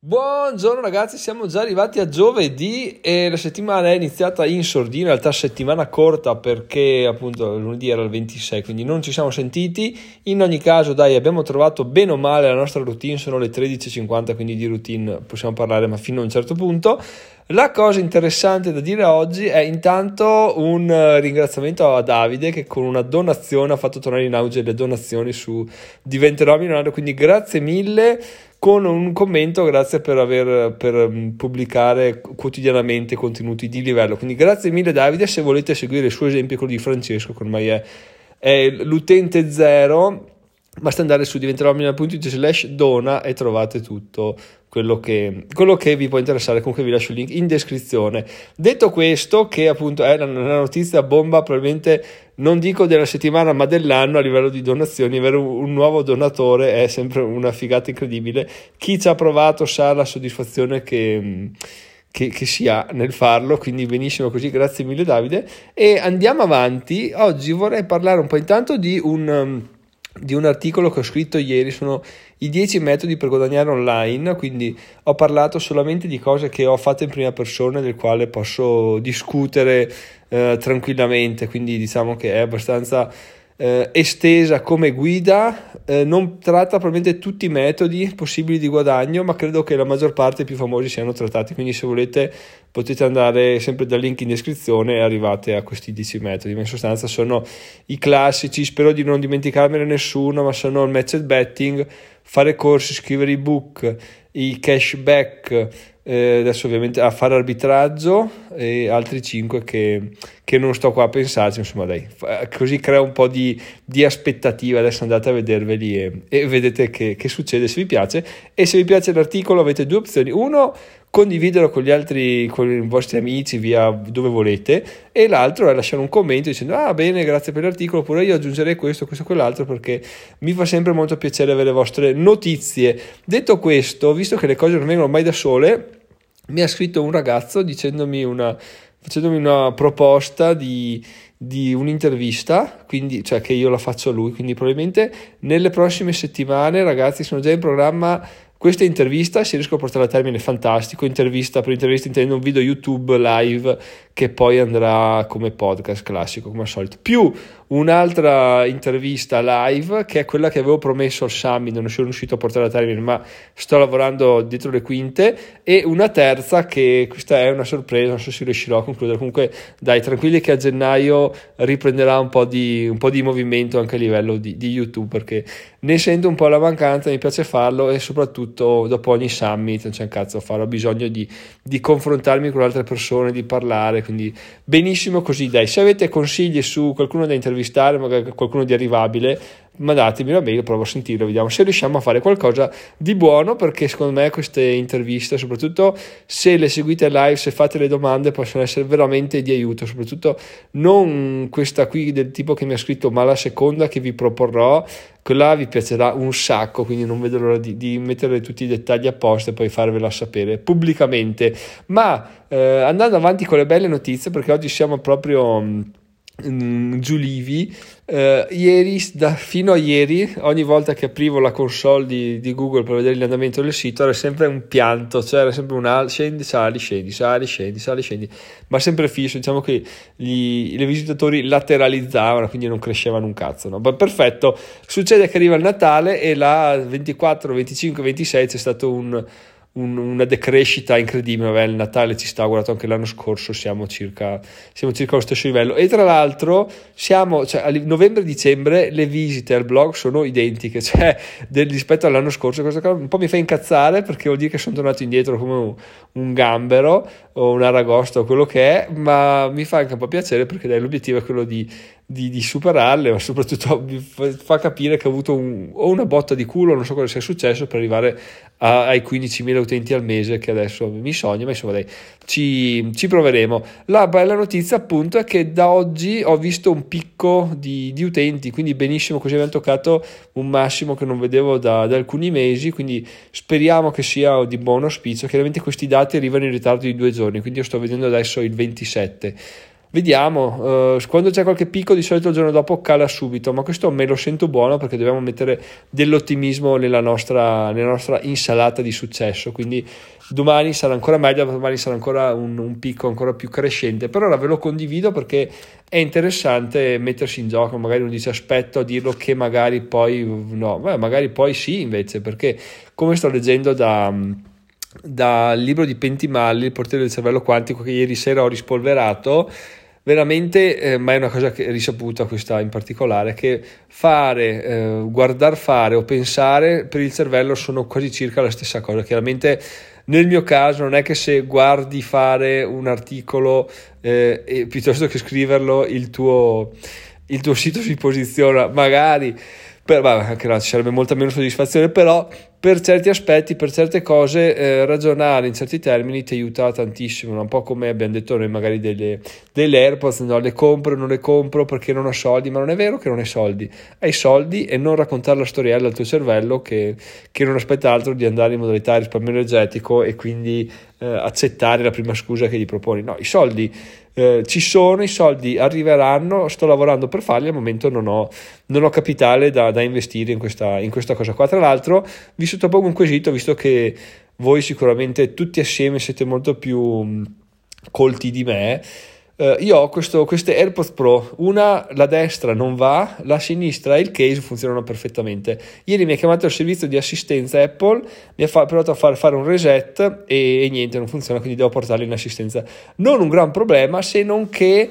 Buongiorno ragazzi, siamo già arrivati a giovedì e la settimana è iniziata in sordina, in realtà settimana corta perché appunto lunedì era il 26, quindi non ci siamo sentiti. In ogni caso dai, abbiamo trovato bene o male la nostra routine, sono le 13:50, quindi di routine possiamo parlare ma fino a un certo punto. La cosa interessante da dire oggi è intanto un ringraziamento a Davide che con una donazione ha fatto tornare in auge le donazioni su Diventerò Milionario, quindi grazie mille. Con un commento, grazie per pubblicare quotidianamente contenuti di livello. Quindi grazie mille Davide, se volete seguire il suo esempio, quello di Francesco, che ormai è l'utente zero, basta andare su diventeromilionario.it/dona e trovate tutto quello che vi può interessare. Comunque vi lascio il link in descrizione. Detto questo, che appunto è la notizia bomba, probabilmente non dico della settimana ma dell'anno a livello di donazioni, avere un nuovo donatore è sempre una figata incredibile. Chi ci ha provato sa la soddisfazione che si ha nel farlo, quindi benissimo così, grazie mille Davide. E andiamo avanti. Oggi vorrei parlare un po' intanto di un articolo che ho scritto ieri, sono i 10 metodi per guadagnare online, quindi ho parlato solamente di cose che ho fatto in prima persona, del quale posso discutere tranquillamente, quindi diciamo che è abbastanza estesa come guida, non tratta probabilmente tutti i metodi possibili di guadagno, ma credo che la maggior parte, i più famosi, siano trattati, quindi se volete potete andare sempre dal link in descrizione e arrivate a questi 10 metodi, ma in sostanza sono i classici, spero di non dimenticarmene nessuno, ma sono il match betting, fare corsi, scrivere ebook, i cashback, adesso ovviamente a fare arbitraggio e altri 5 che non sto qua a pensarci, insomma dai, così crea un po' di aspettativa. Adesso andate a vederveli e vedete che succede, se vi piace. E se vi piace l'articolo avete due opzioni: uno, condividerlo con gli altri, con i vostri amici via dove volete, e l'altro è lasciare un commento dicendo bene, grazie per l'articolo, oppure io aggiungerei questo, quell'altro, perché mi fa sempre molto piacere avere le vostre notizie. Detto questo, visto che le cose non vengono mai da sole, mi ha scritto un ragazzo facendomi una proposta di un'intervista, quindi cioè che io la faccio a lui, quindi probabilmente nelle prossime settimane, ragazzi, sono già in programma questa intervista. Se riesco a portarla a termine, fantastico. Per intervista intendo un video YouTube live che poi andrà come podcast classico come al solito, più un'altra intervista live che è quella che avevo promesso al Summit, non sono riuscito a portare a termine ma sto lavorando dietro le quinte, e una terza che questa è una sorpresa, non so se riuscirò a concludere. Comunque dai, tranquilli che a gennaio riprenderà un po' di movimento anche a livello di YouTube, perché ne sento un po' la mancanza, mi piace farlo, e soprattutto dopo ogni Summit non c'è un cazzo a fare, ho bisogno di confrontarmi con altre persone, di parlare, quindi benissimo così. Dai, se avete consigli su qualcuno da intervistare, magari qualcuno di arrivabile, mandatemi una mail, provo a sentirlo, vediamo se riusciamo a fare qualcosa di buono, perché secondo me queste interviste, soprattutto se le seguite live, se fate le domande, possono essere veramente di aiuto, soprattutto non questa qui del tipo che mi ha scritto, ma la seconda che vi proporrò, quella vi piacerà un sacco, quindi non vedo l'ora di mettere tutti i dettagli a posto e poi farvela sapere pubblicamente. Ma andando avanti con le belle notizie, perché oggi siamo proprio giulivi. Fino a ieri, ogni volta che aprivo la console di Google per vedere l'andamento del sito, era sempre un pianto, cioè era sempre scendi, sali, scendi, ma sempre fisso. Diciamo che i visitatori lateralizzavano, quindi non crescevano un cazzo, no? Ma perfetto. Succede che arriva il Natale e la 24, 25, 26 c'è stato una decrescita incredibile. Vabbè, il Natale ci sta, guardato anche l'anno scorso siamo circa allo stesso livello, e tra l'altro a novembre-dicembre le visite al blog sono identiche, cioè rispetto all'anno scorso. Cosa che un po' mi fa incazzare, perché vuol dire che sono tornato indietro come un gambero o un aragosta o quello che è, ma mi fa anche un po' piacere, perché dai, l'obiettivo è quello di superarle, ma soprattutto mi fa capire che ho avuto una botta di culo, non so cosa sia successo, per arrivare ai 15.000 utenti al mese, che adesso mi sogno, ma insomma dai, ci proveremo. La bella notizia appunto è che da oggi ho visto un picco di utenti, quindi benissimo così, abbiamo toccato un massimo che non vedevo da alcuni mesi, quindi speriamo che sia di buon auspicio. Chiaramente questi dati arrivano in ritardo di 2 giorni, quindi io sto vedendo adesso il 27. vediamo, quando c'è qualche picco di solito il giorno dopo cala subito, ma questo me lo sento buono perché dobbiamo mettere dell'ottimismo nella nostra insalata di successo, quindi domani sarà ancora meglio, domani sarà ancora un picco ancora più crescente. Per ora ve lo condivido perché è interessante mettersi in gioco. Magari uno dice aspetto a dirlo che magari poi no, magari poi sì invece, perché come sto leggendo dal libro di Pentimali, Il portiere del cervello quantico, che ieri sera ho rispolverato, veramente, ma è una cosa che risaputa questa in particolare, che guardar fare o pensare per il cervello sono quasi circa la stessa cosa. Chiaramente nel mio caso non è che se guardi fare un articolo e piuttosto che scriverlo il tuo sito si posiziona, magari anche là ci sarebbe molta meno soddisfazione, però per certi aspetti, per certe cose, ragionare in certi termini ti aiuta tantissimo, un po' come abbiamo detto noi magari delle AirPods, no? Le compro, non le compro perché non ho soldi, ma non è vero che non hai soldi e non raccontare la storiella al tuo cervello che non aspetta altro di andare in modalità risparmio energetico e quindi accettare la prima scusa che gli proponi. No, i soldi ci sono, i soldi arriveranno, sto lavorando per farli, al momento non ho capitale da investire in questa cosa qua. Tra l'altro vi sottopongo un quesito, visto che voi sicuramente tutti assieme siete molto più colti di me. Io ho queste AirPods Pro, la destra non va, la sinistra e il case funzionano perfettamente. Ieri mi ha chiamato il servizio di assistenza Apple, mi ha provato a fare un reset e niente, non funziona, quindi devo portarli in assistenza. Non un gran problema, se non che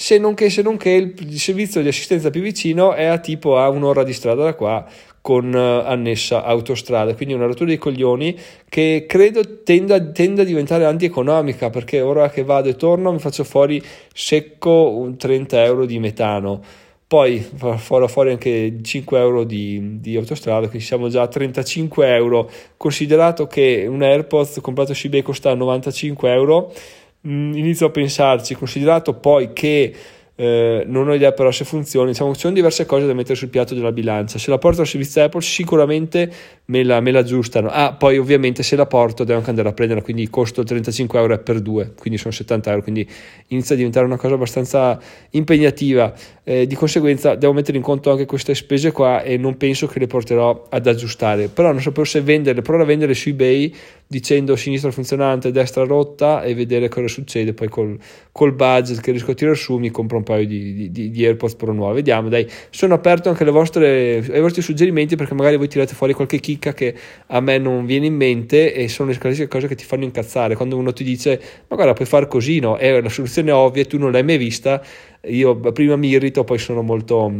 il servizio di assistenza più vicino è a un'ora di strada da qua, con annessa autostrada, quindi una rottura dei coglioni che credo tenda a diventare antieconomica, perché ora che vado e torno mi faccio fuori secco 30 euro di metano, poi farò fuori anche 5 euro di autostrada, quindi siamo già a 35 euro, considerato che un AirPods comprato su eBay costa 95 euro. Inizio a pensarci, considerato poi che non ho idea però se funziona, diciamo, ci sono diverse cose da mettere sul piatto della bilancia. Se la porto al servizio Apple sicuramente me la aggiustano, poi ovviamente se la porto devo anche andare a prenderla, quindi il costo 35 euro è per due, quindi sono 70 euro, quindi inizia a diventare una cosa abbastanza impegnativa, di conseguenza devo mettere in conto anche queste spese qua e non penso che le porterò ad aggiustare. Però non sapevo se venderle, provo a venderle su eBay dicendo sinistra funzionante, destra rotta, e vedere cosa succede. Poi col budget che riesco a tirare su mi compro un paio di AirPods Pro nuove. Vediamo, dai, sono aperto anche ai vostri suggerimenti, perché magari voi tirate fuori qualche chicca che a me non viene in mente e sono le classiche cose che ti fanno incazzare, quando uno ti dice ma guarda puoi fare così, no? È la soluzione ovvia, tu non l'hai mai vista. Io prima mi irrito, poi sono molto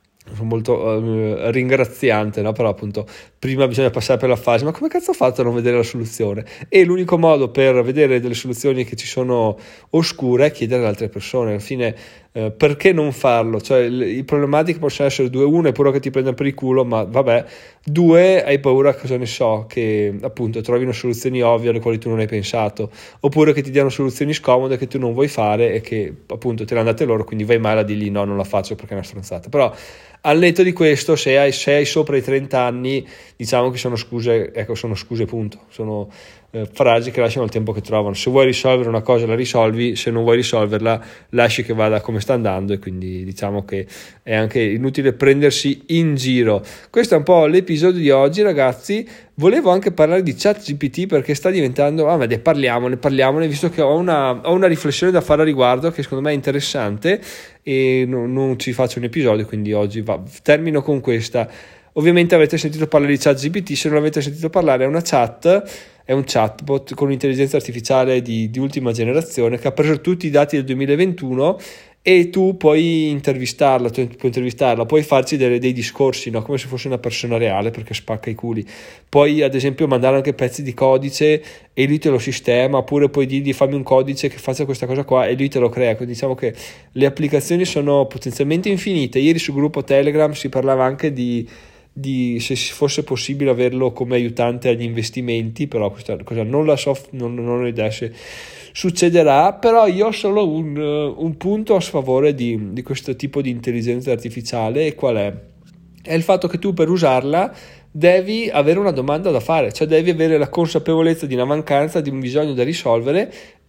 ringraziante, no? Però appunto prima bisogna passare per la fase ma come cazzo ho fatto a non vedere la soluzione, e l'unico modo per vedere delle soluzioni che ci sono oscure è chiedere ad altre persone. Alla fine perché non farlo? Cioè i problematiche possono essere due: uno è pure che ti prendano per il culo, ma vabbè; due, hai paura, cosa ne so, che appunto trovino soluzioni ovvie alle quali tu non hai pensato, oppure che ti diano soluzioni scomode che tu non vuoi fare e che appunto te le hanno date loro, quindi vai male a dirgli no, non la faccio perché è una stronzata. Però al netto di questo, se hai sopra i 30 anni, diciamo che sono scuse punto, sono frasi che lasciano il tempo che trovano. Se vuoi risolvere una cosa la risolvi, se non vuoi risolverla lasci che vada come sta andando, e quindi diciamo che è anche inutile prendersi in giro. Questo è un po' l'episodio di oggi, ragazzi. Volevo anche parlare di ChatGPT perché sta diventando, parliamone, visto che ho una riflessione da fare a riguardo che secondo me è interessante e non ci faccio un episodio, quindi oggi termino con questa. Ovviamente avete sentito parlare di ChatGPT, se non l'avete sentito parlare è un chatbot con un'intelligenza artificiale di ultima generazione che ha preso tutti i dati del 2021 e tu puoi intervistarla, puoi farci dei discorsi, no? Come se fosse una persona reale, perché spacca i culi. Puoi ad esempio mandare anche pezzi di codice e lui te lo sistema, oppure puoi dirgli fammi un codice che faccia questa cosa qua e lui te lo crea. Quindi diciamo che le applicazioni sono potenzialmente infinite. Ieri sul gruppo Telegram si parlava anche di se fosse possibile averlo come aiutante agli investimenti, però questa cosa non ho idea se succederà. Però io ho solo un punto a sfavore di questo tipo di intelligenza artificiale, e qual è? È il fatto che tu per usarla devi avere una domanda da fare, cioè devi avere la consapevolezza di una mancanza, di un bisogno da risolvere,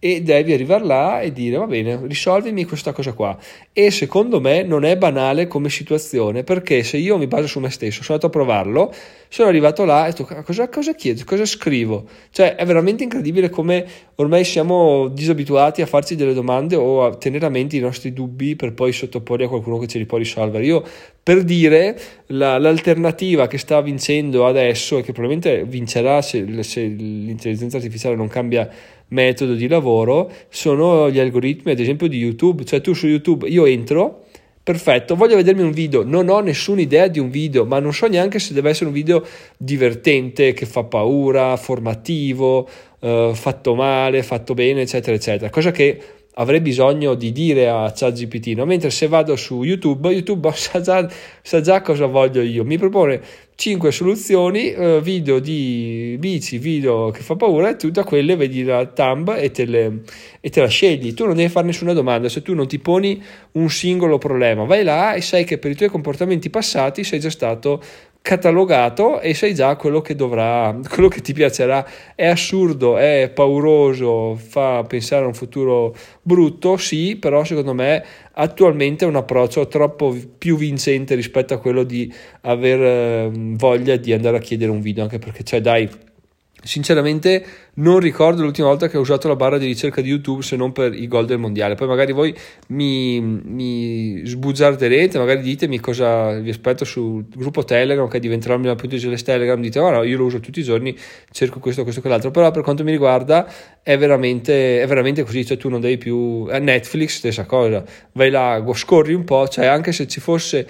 e devi arrivare là e dire va bene, risolvimi questa cosa qua. E secondo me non è banale come situazione, perché se io mi baso su me stesso, sono andato a provarlo, sono arrivato là e ho detto cosa chiedo, cosa scrivo, cioè è veramente incredibile come ormai siamo disabituati a farci delle domande o a tenere a mente i nostri dubbi per poi sottoporli a qualcuno che ce li può risolvere. Io, per dire, l'alternativa che sta vincendo adesso e che probabilmente vincerà se l'intelligenza artificiale non cambia metodo di lavoro, sono gli algoritmi ad esempio di YouTube. Cioè tu su YouTube, io entro, perfetto, voglio vedermi un video, non ho nessuna idea di un video, ma non so neanche se deve essere un video divertente, che fa paura, formativo, fatto male, fatto bene, eccetera eccetera, cosa che avrei bisogno di dire a ChatGPT, no? Mentre se vado su YouTube sa già cosa voglio io, mi propone 5 soluzioni, video di bici, video che fa paura, e tu da quelle vedi la thumb e te la scegli. Tu non devi fare nessuna domanda, se tu non ti poni un singolo problema, vai là e sai che per i tuoi comportamenti passati sei già stato catalogato e sai già quello che ti piacerà. È assurdo, è pauroso, fa pensare a un futuro brutto, sì, però secondo me attualmente è un approccio troppo più vincente rispetto a quello di aver voglia di andare a chiedere un video, anche perché, cioè, dai, sinceramente non ricordo l'ultima volta che ho usato la barra di ricerca di YouTube se non per i gol del mondiale. Poi magari voi mi sbugiarderete, magari ditemi cosa vi aspetto sul gruppo Telegram, che diventerà il mio punto di Telegram, dite no, io lo uso tutti i giorni, cerco questo, quell'altro. Però per quanto mi riguarda è veramente così, cioè tu non devi più, a Netflix stessa cosa, vai là, scorri un po', cioè anche se ci fosse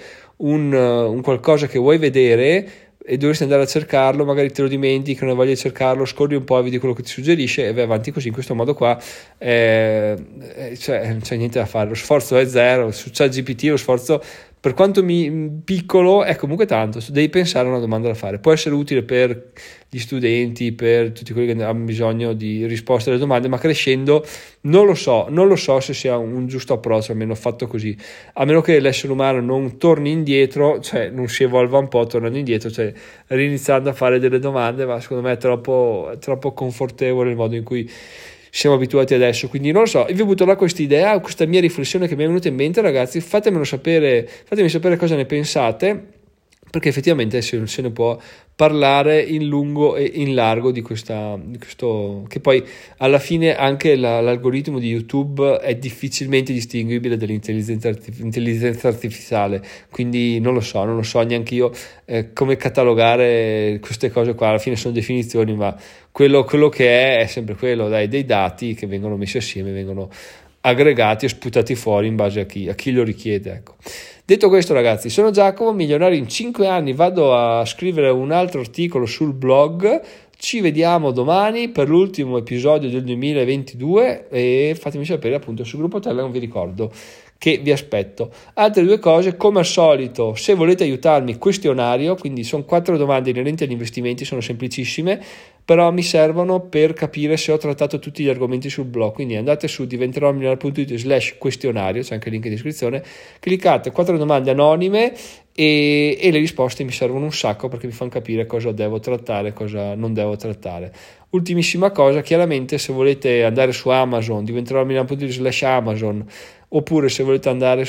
un qualcosa che vuoi vedere e dovresti andare a cercarlo, magari te lo dimentichi, non hai voglia di cercarlo, scorri un po' e vedi quello che ti suggerisce e vai avanti così, in questo modo qua, cioè non c'è niente da fare, lo sforzo è zero. Su ChatGPT lo sforzo, per quanto piccolo, è comunque tanto, devi pensare a una domanda da fare. Può essere utile per gli studenti, per tutti quelli che hanno bisogno di risposte alle domande, ma crescendo non lo so se sia un giusto approccio, almeno fatto così, a meno che l'essere umano non torni indietro, cioè non si evolva un po' tornando indietro, cioè riniziando a fare delle domande, ma secondo me è troppo confortevole il modo in cui siamo abituati adesso. Quindi non lo so, io vi ho butto là questa idea, questa mia riflessione che mi è venuta in mente, ragazzi. Fatemi sapere cosa ne pensate, perché effettivamente se ne può parlare in lungo e in largo di questo, che poi alla fine anche l'algoritmo di YouTube è difficilmente distinguibile dall'intelligenza artificiale, quindi non lo so neanche io come catalogare queste cose qua. Alla fine sono definizioni, ma quello che è sempre quello, dai, dei dati che vengono messi assieme, vengono aggregati e sputati fuori in base a chi lo richiede, ecco. Detto questo, ragazzi, sono Giacomo, milionario in 5 anni, vado a scrivere un altro articolo sul blog, ci vediamo domani per l'ultimo episodio del 2022 e fatemi sapere appunto sul gruppo Telegram, vi ricordo che vi aspetto. Altre 2 cose, come al solito, se volete aiutarmi, questionario, quindi sono 4 domande inerenti agli investimenti, sono semplicissime, però mi servono per capire se ho trattato tutti gli argomenti sul blog, quindi andate su diventeromilionario.it/questionario, c'è anche il link in descrizione, cliccate 4 domande anonime e le risposte mi servono un sacco perché mi fanno capire cosa devo trattare, cosa non devo trattare. Ultimissima cosa, chiaramente se volete andare su Amazon, diventeromilionario.it/Amazon, oppure se volete andare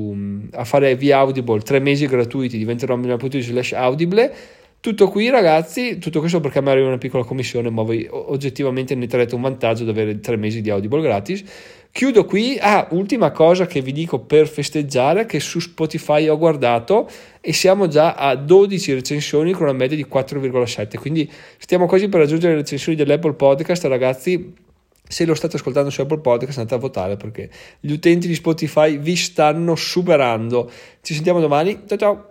a fare via Audible 3 mesi gratuiti, diventeromilionario.it/Audible. Tutto qui, ragazzi, tutto questo perché a me arriva una piccola commissione, ma voi oggettivamente ne trarrete un vantaggio ad avere 3 mesi di Audible gratis. Chiudo qui. Ultima cosa che vi dico per festeggiare, che su Spotify ho guardato e siamo già a 12 recensioni con una media di 4,7, quindi stiamo quasi per raggiungere le recensioni dell'Apple Podcast, ragazzi. Se lo state ascoltando su Apple Podcast, andate a votare perché gli utenti di Spotify vi stanno superando. Ci sentiamo domani, ciao ciao.